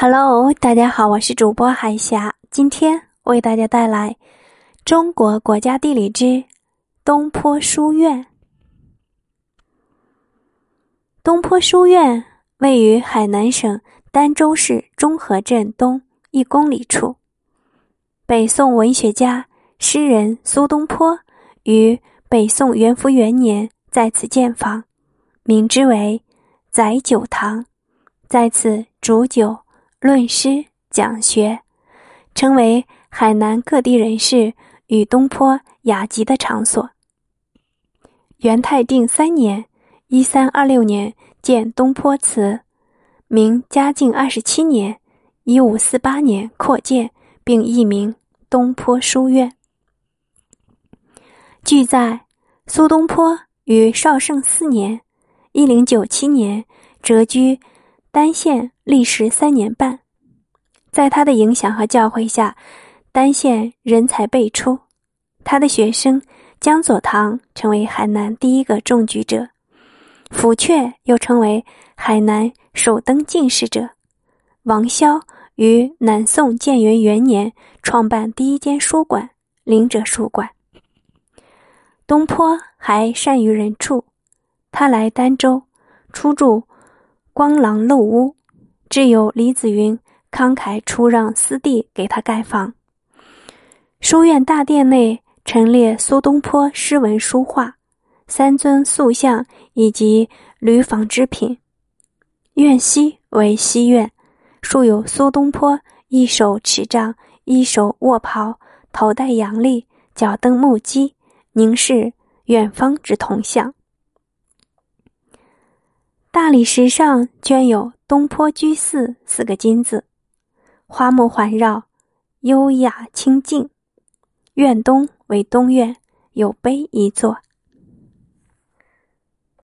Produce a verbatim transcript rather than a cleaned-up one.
Hello， 大家好，我是主播海霞，今天为大家带来中国国家地理之东坡书院。东坡书院位于海南省儋州市中和镇东一公里处。北宋文学家、诗人苏东坡于北宋元符元年在此建房，名之为载酒堂，在此煮酒、论诗、讲学，成为海南各地人士与东坡雅集的场所。元泰定三年一三二六年建东坡祠，明嘉靖二十七年一五四八年扩建，并易名东坡书院。据载，苏东坡于绍圣四年一零九七年谪居儋县历时三年半，在他的影响和教诲下，儋县人才辈出。他的学生江左堂成为海南第一个中举者，福阙又成为海南首登进士者。王萧于南宋建元元年创办第一间书馆灵者书馆。东坡还善于人畜，他来儋州初住光廊漏屋，挚友李子云慷慨出让私地给他盖房。书院大殿内陈列苏东坡诗文书画、三尊塑像以及履纺织品。院西为西院，竖有苏东坡一手持杖，一手握袍，头戴阳笠，脚蹬木屐，凝视远方之铜像。大理石上镌有东坡居寺四个金字，花木环绕，优雅清静。院东为东院，有碑一座。